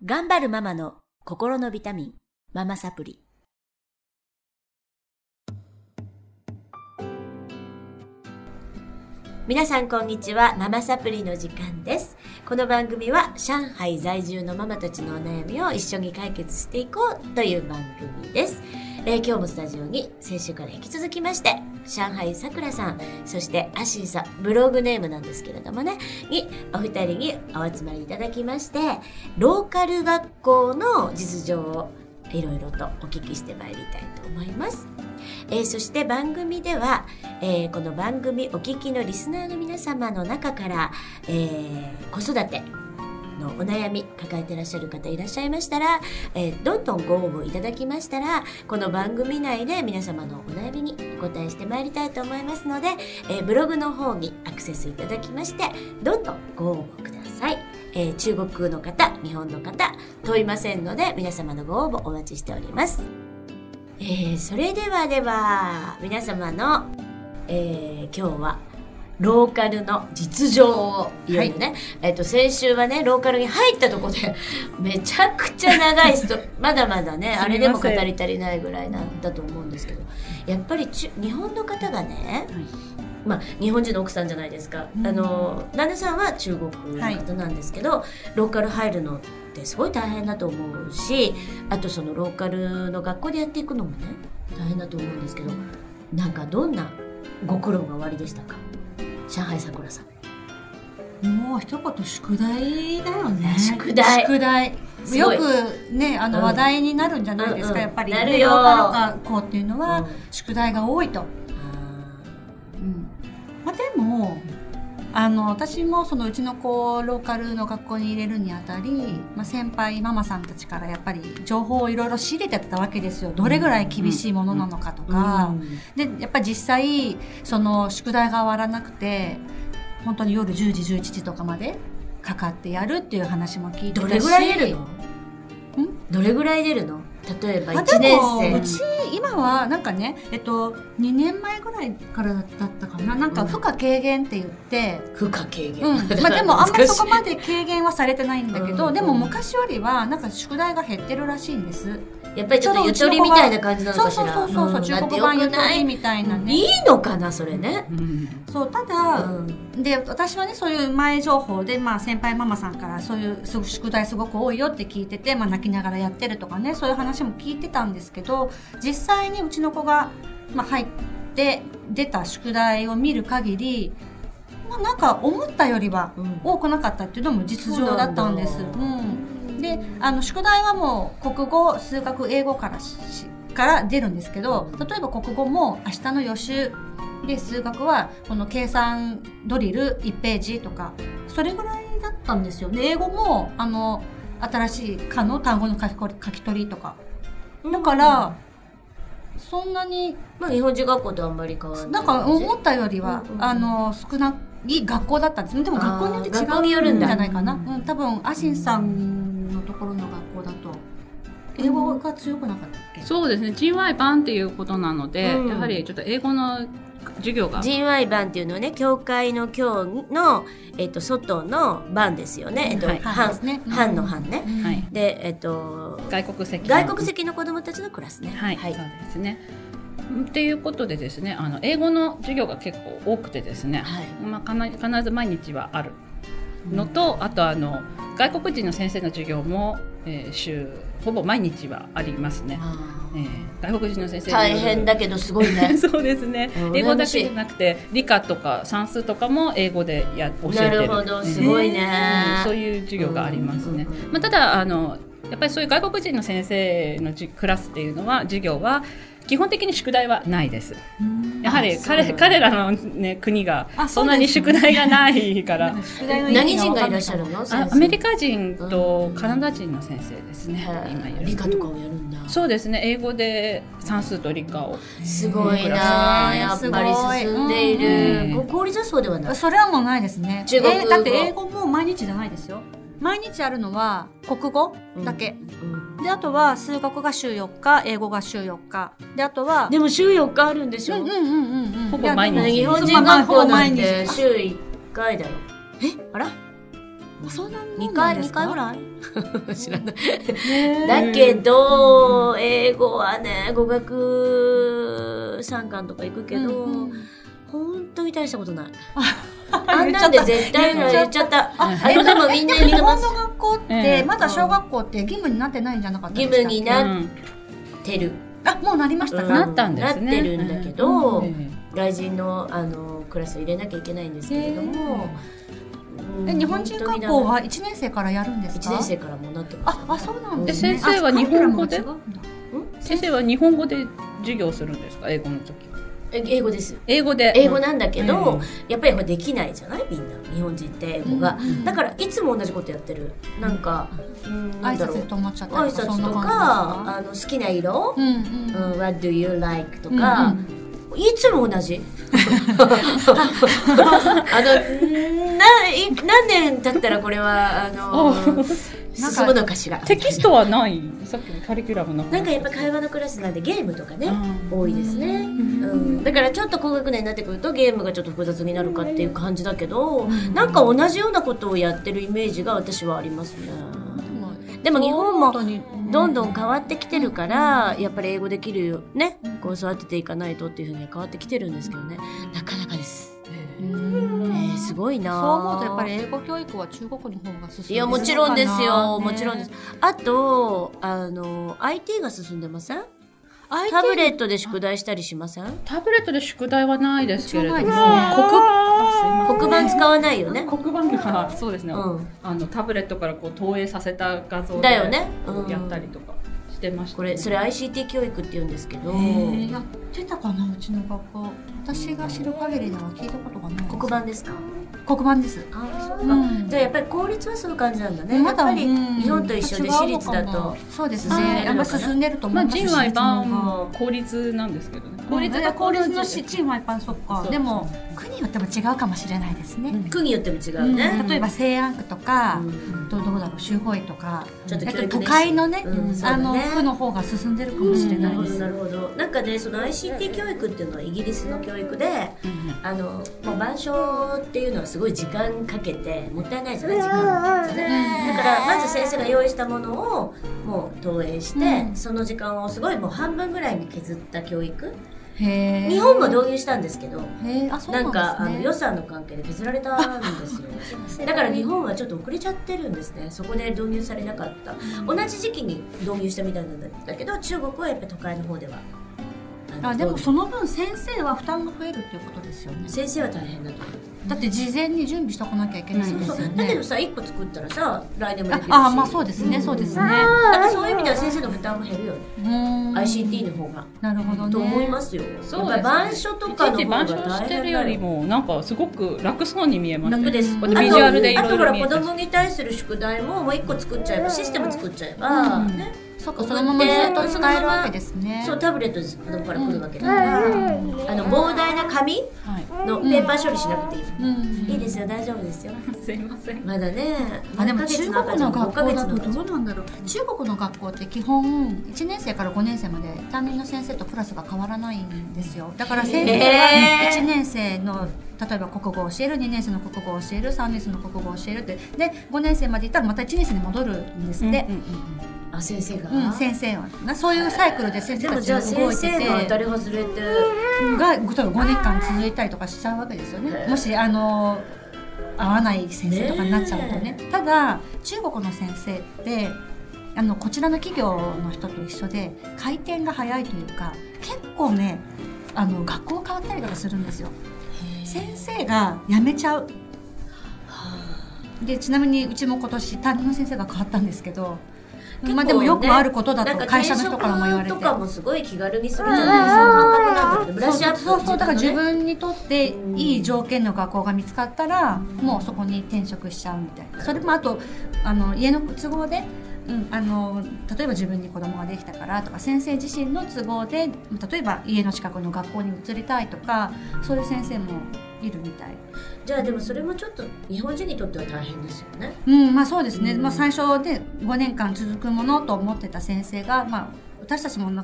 頑張るママの心のビタミン、ママサプリ。皆さんこんにちは。ママサプリの時間です。この番組は上海在住のママたちのお悩みを一緒に解決していこうという番組です。今日もスタジオに先週から引き続きまして上海さくらさん、そしてアシーさん、ブログネームなんですけれどもね、にお二人にお集まりいただきまして、ローカル学校の実情をいろいろとお聞きしてまいりたいと思います。そして番組では、この番組お聞きのリスナーの皆様の中から、子育てのお悩み抱えていらっしゃる方いらっしゃいましたら、どんどんご応募いただきましたら、この番組内で皆様のお悩みにお答えしてまいりたいと思いますので、ブログの方にアクセスいただきまして、どんどんご応募ください。中国の方、日本の方問いませんので、皆様のご応募お待ちしております。それでは皆様の、今日はローカルの実情を言うね、はい、先週はねローカルに入ったところでめちゃくちゃ長いまだまだねあれでも語り足りないぐらいなんだと思うんですけど、やっぱり日本の方がね、はい、日本人の奥さんじゃないですか、旦那さんは中国の方なんですけど、はい、ローカル入るのってすごい大変だと思うし、あとそのローカルの学校でやっていくのもね大変だと思うんですけど、なんかどんなご苦労がおありでしたか、上海さくらさん。 もう一言宿題だよね。 宿題よくね話題になるんじゃないですか、やっぱりなるよ。 ローカル学校っていうのは宿題が多いと、でも私もそのうちの子をローカルの学校に入れるにあたり、先輩ママさんたちからやっぱり情報をいろいろ仕入れてたわけですよ。どれぐらい厳しいものなのかとか、でやっぱり実際その宿題が終わらなくて本当に夜10時11時とかまでかかってやるっていう話も聞いてたし。 どれぐらい出るの？どれぐらい出るの？例えば1年生。 うち今はなんかね、2年前ぐらいからだったかな、なんか負荷軽減って言って、 負荷軽減、 でもあんまりそこまで軽減はされてないんだけど、でも昔よりはなんか宿題が減ってるらしいんです。やっぱりちょっとゆとりみたいな感じなのかしら。 そう中国版ゆとりみたいなね。 いいのかなそれね。 そうただ、で私はねそういう前情報で、先輩ママさんからそういう宿題すごく多いよって聞いてて、泣きながらやってるとかね、そういう話も聞いてたんですけど、実際にうちの子が、入って出た宿題を見る限り、なんか思ったよりは多くなかったっていうのも実情だったんです。で宿題はもう国語数学英語から出るんですけど、例えば国語も明日の予習で、数学はこの計算ドリル1ページとかそれぐらいだったんですよ。で英語も新しい科の単語の書き取りとかだから、そんなに日本人学校とあんまり変わらない。 なんか思ったよりは、少ない学校だったんです。でも学校によって違うんじゃないかな。多分アシンさんのところの学校だと英語が強くなかったっけ？ そうですね、GY 版っていうことなので、やはりちょっと英語の授業が GY 版っていうのはね、教会の教の、外の版ですよね。班の班ね。で、 外国籍の子どもたちのクラスね。 はい、そうですね。っていうことでですね、英語の授業が結構多くてですね、必ず毎日はあるのと、あと外国人の先生の授業も、週ほぼ毎日はありますね。外国人の先生大変だけどすごいね。 そうですね、英語だけじゃなくて理科とか算数とかも英語で教えてる。 なるほど、すごいね。 そういう授業がありますね。ただやっぱりそういう外国人の先生のクラスっていうのは授業は基本的に宿題はないです。やはり彼らの、国がそんなに宿題がないから何人がいらっしゃるの？ アメリカ人とカナダ人の先生ですね。今いる理科とかをやるんだ。 そうですね、英語で算数と理科を。 すごいな、やっぱり進んでいる。公立はそうではない。 それはもうないですね。だって英語も毎日じゃないですよ。毎日あるのは国語だけ、であとは数学が週4日、英語が週4日で、あとはでも週4日あるんでしょ。 ほぼ毎日。 日本人学校なんて週1回だろ。あらそんなもん 2回2 なんですか？ 回ぐらい知らないだけど英語はね語学参観とか行くけど、本当に大したことないあんなんで絶対言っちゃった。でもみんな日本の学校ってまだ小学校って義務になってないんじゃなかったですか？ 義務になってる。 もうなりましたか？ なったんですね。 なってるんだけど、外人のクラスを入れなきゃいけないんですけれども、 日本人学校は1年生からやるんですか？ 1年生からもうなってます。 そうなんですね。 先生は日本語で先生は日本語で授業するんですか？英語の時。 英語です。 英語で。 英語なんだけど、やっぱりできないじゃないみんな日本人って英語が、だからいつも同じことやってる。なんか挨拶と思っちゃったりとか、挨拶とか好きな色、What do you like とか、いつも同じ。何年経ったらこれは進むのかしら。 テキストはない。さっきのカリキュラムの。 なんかやっぱ会話のクラスなんでゲームとかね、多いですね。だからちょっと高学年になってくるとゲームがちょっと複雑になるかっていう感じだけど、なんか同じようなことをやってるイメージが私はありますね。でも日本もどんどん変わってきてるから、やっぱり英語できるよね、こう育てていかないとっていうふうに変わってきてるんですけどね、なかなかです。すごいな。 そう思うとやっぱり英語教育は中国の方が進んでるのかな。 いやもちろんですよ、もちろんです。あとIT が進んでません？タブレットで宿題したりしません？ タブレットで宿題はないですけれども、 黒板使わないよね。 黒板がそうですね、タブレットからこう投影させた画像でやったりとかしてました、 それ ICT 教育って言うんですけど、 やってたかな、うちの学校。私が知る限りでは聞いたことがない。 黒板ですか？ 黒板です。 そうか。じゃあやっぱり公立はそういう感じなんだね。やっぱり日本と一緒で私立だとそうですね。やっぱ進んでると思います。 人外版も公立なんですけどね。公立の人外版、そっか。でも区によっても違うかもしれないですね。 区によっても違うね。 例えば西安区とかどうだろう、州法医とか、 ちょっと都会のね区の方が進んでるかもしれないです。 なるほど。なんかね、その ICT 教育っていうのはイギリスの教育で、もう板書っていうのはすごい時間かけてもったいないじゃない時間ってね。だからまず先生が用意したものをもう投影して、その時間をすごいもう半分ぐらいに削った教育。日本も導入したんですけど、なんか予算の関係で削られたんですよ。だから日本はちょっと遅れちゃってるんですね。そこで導入されなかった。同じ時期に導入したみたいなんだけど、中国はやっぱり都会の方では。 でもその分先生は負担が増えるっていうことですよね。 先生は大変だと思う。 だって事前に準備しとかなきゃいけないんですよね。 だけどさ、1個作ったらさ、来年もできるし。 まあそうですね、そうですね。だからそういう意味では先生の負担も減るよね。ICT の方が。 なるほどね。 と思いますよ。 そうですね。板書とかの方が大変だよ。 板書してるよりもなんかすごく楽そうに見えますね。 楽です。 ビジュアルでいろいろ見えたし。 あとほら子供に対する宿題ももう1個作っちゃえば、システム作っちゃえばね。 そのままずっと使えるわけですね。 そう、タブレットで子供から来るわけだから、膨大な紙のペーパー処理しなくていい。いいですよ、大丈夫ですよ。 すいません。 まだね。 でも中国の学校だとどうなんだろう。中国の学校って基本1年生から5年生まで担任の先生とクラスが変わらないんですよ。だから先生は1年生の例えば国語を教える、2年生の国語を教える、3年生の国語を教えるって、で5年生までいったらまた1年生に戻るんですって。 先生が、 先生はそういうサイクルで先生たちが動いてて、 先生の当たり外れてが5年間続いたりとかしちゃうわけですよね。もし合わない先生とかになっちゃうとね。ただ中国の先生ってこちらの企業の人と一緒で回転が早いというか、結構ね学校変わったりとかするんですよ。先生が辞めちゃう。でちなみにうちも今年担任の先生が変わったんですけど、まあでもよくあることだと会社の人からも言われて、 とかもすごい気軽にするじゃないですか。感覚なんだけどブラッシュアップ。 そうだから自分にとっていい条件の学校が見つかったらもうそこに転職しちゃうみたいな。それもあと家の都合で、例えば自分に子供ができたからとか、先生自身の都合で例えば家の近くの学校に移りたいとか、そういう先生もいるみたい。 じゃあでもそれもちょっと日本人にとっては大変ですよね。 まあそうですね。まあ最初で5年間続くものと思ってた先生が、まあ私たちもだ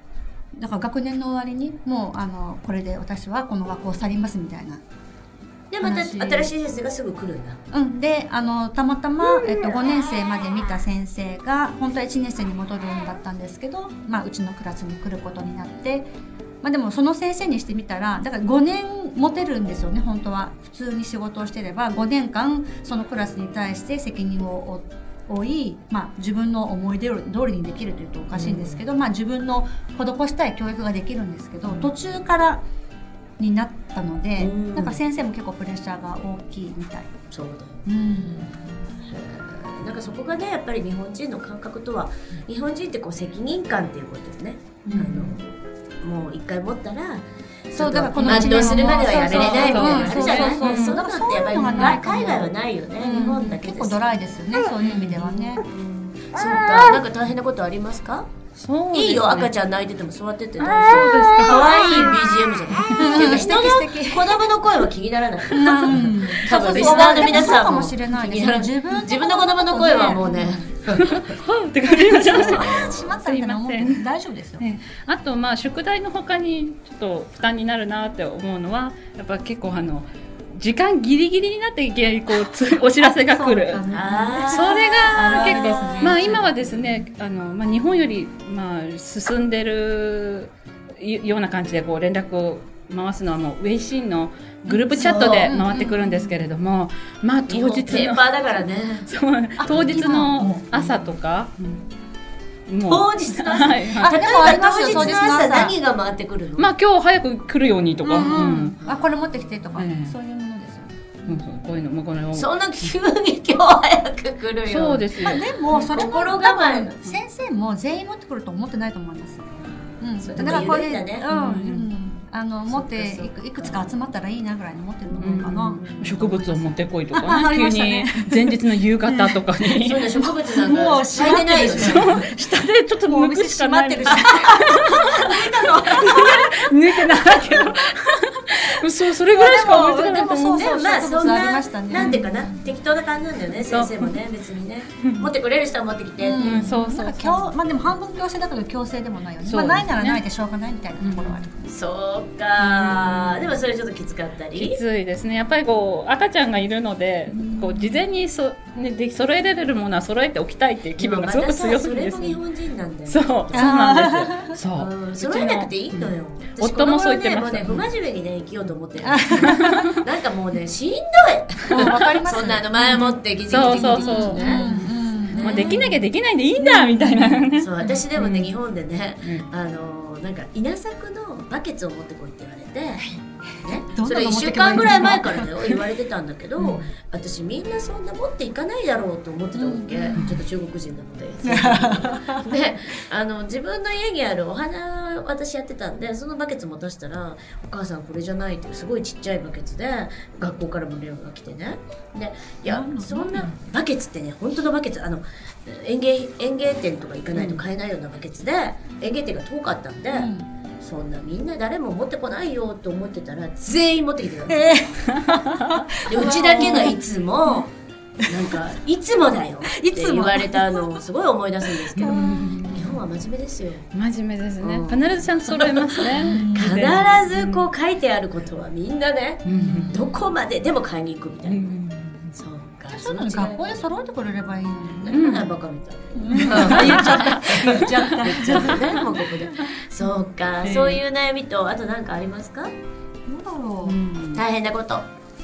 から学年の終わりにもうこれで私はこの学校を去りますみたいなでまた新しい先生がすぐ来るんだ。 でたまたま、5年生まで見た先生が本当は1年生に戻るんだったんですけど、うちのクラスに来ることになって、でもその先生にしてみたらだから5年持てるんですよね。本当は普通に仕事をしてれば5年間そのクラスに対して責任を負い、自分の思い出通りにできるというとおかしいんですけど、自分の施したい教育ができるんですけど、途中からになったので、なんか先生も結構プレッシャーが大きいみたい。 そうだよ、なんかそこがねやっぱり日本人の感覚とは、日本人ってこう責任感っていうことですね、もう一回持ったらそうだからこの全うするまではやめれないみたいなのあるじゃない。 そうそののってやっぱり海外はないよね、日本だけです。 結構ドライですよね、そういう意味ではね。 そうか、なんか大変なことありますか？ そうですね、 いいよ、赤ちゃん泣いてても座ってて大丈そうですか。 可愛い BGM じゃない。っていうか人の子供の声は気にならない。多分リスナーの皆さんも気にならない。自分の子供の声はもうね。 って感じがします。 しまったみたいな思って大丈夫ですよ。 あと宿題の他にちょっと負担になるなって思うのは、やっぱ結構時間ギリギリになっていきなりお知らせが来る。それが結構、今はですね、日本より進んでるような感じで連絡を回すのはもうウェイシンのグループチャットで回ってくるんですけれども、当日ペーパーだからね。 当日の朝とか。 当日の朝、例えば当日の朝何が回ってくるの？ 今日早く来るようにとか、 これ持ってきてとか、そういうものですよね。 こういうのこれをそんな急に今日早く来るよ。 そうですよ。 でもそれも心構え、 先生も全員持ってくると思ってないと思います。 だからこれだね。 持っていくつか集まったらいいなぐらいに持ってるのかな。 植物を持ってこいとかね、急に前日の夕方とかにそうだ、植物なんかもう咲いてないよね。 下でちょっと抜くしかない。 抜いてないけどそれぐらいしか思いつかない。 でもそんななんていうかな、適当な感じなんだよね、先生もね。別にね持ってくれる人は持ってきて、 でも半分強制だけど強制でもないよね。ないならないでしょうがないみたいなところはある。 そうか、でもそれちょっときつかったり。 きついですね。やっぱり赤ちゃんがいるので、事前に揃えられるものは揃えておきたいっていう気分がすごく強いんです。 それも日本人なんだよ。 そうなんですよ。 揃えなくていいのよ。 夫もそう言ってました。 不真面目にね生きようと思ってる。なんかもうねしんどい。わかります。そんな前もってギチギチね。 できなきゃできないでいいんだみたいな。 そう、私でもね日本でねなんか稲作のバケツを持ってこいって言われて、それ1週間ぐらい前から言われてたんだけど、私みんなそんな持っていかないだろうと思ってたわけ。ちょっと中国人なので。で自分の家にあるお花私やってたんで、そのバケツ持たしたらお母さんこれじゃないってすごいちっちゃいバケツで学校からも電話が来てね。でいやそんなバケツってね本当のバケツ園芸店とか行かないと買えないようなバケツで、園芸店が遠かったんで、そんなみんな誰も持ってこないよと思ってたら全員持ってきてたんです。でうちだけがいつもなんかいつもだよって言われたのをすごい思い出すんですけど、日本は真面目ですよ。 真面目ですね。必ずちゃんと揃えますね。 必ずこう書いてあることはみんなね、どこまででも買いに行くみたいな。そうか。 そういうの学校で揃えてくれればいいのにね。 バカみたい。言っちゃったね。もうここで。そうか。そういう悩みとあと何かありますか？ どうだろう。 大変なこと。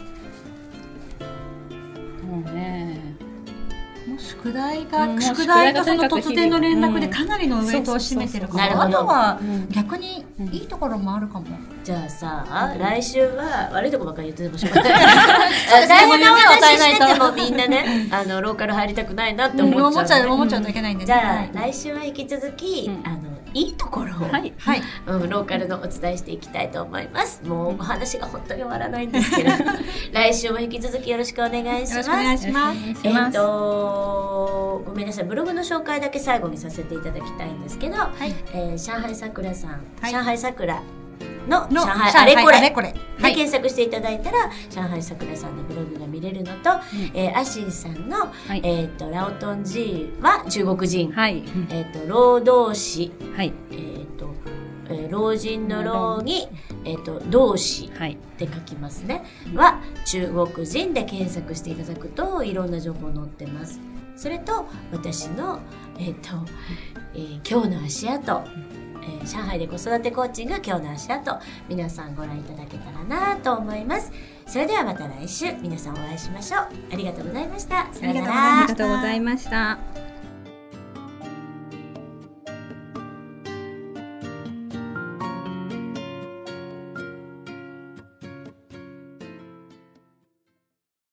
もうね。 宿題がその突然の連絡でかなりのウェイトを占めてるから、あとは逆にいいところもあるかも。 じゃあさ、来週は悪いとこばっかり言っててもしょうがない。大変な話しててもみんなね、ローカル入りたくないなって思っちゃうといけないんです。じゃあ来週は引き続きいいところを、ローカルのお伝えしていきたいと思います。もうお話が本当に終わらないんですけど、来週も引き続きよろしくお願いします。 よろしくお願いします。 ごめんなさい、ブログの紹介だけ最後にさせていただきたいんですけど、上海さくらさん、上海さくらの上海あれこれで検索していただいたら上海さくらさんのブログが見れるのと、アシンさんの、ラオトンジーは中国人、労働士、老人の老に、 同志って書きますね、は中国人で検索していただくといろんな情報載ってます。それと私の、今日の足跡、上海で子育てコーチング今日の足跡、皆さんご覧いただけたらなと思います。それではまた来週皆さんお会いしましょう。ありがとうございました。さよなら。 ありがとうございました。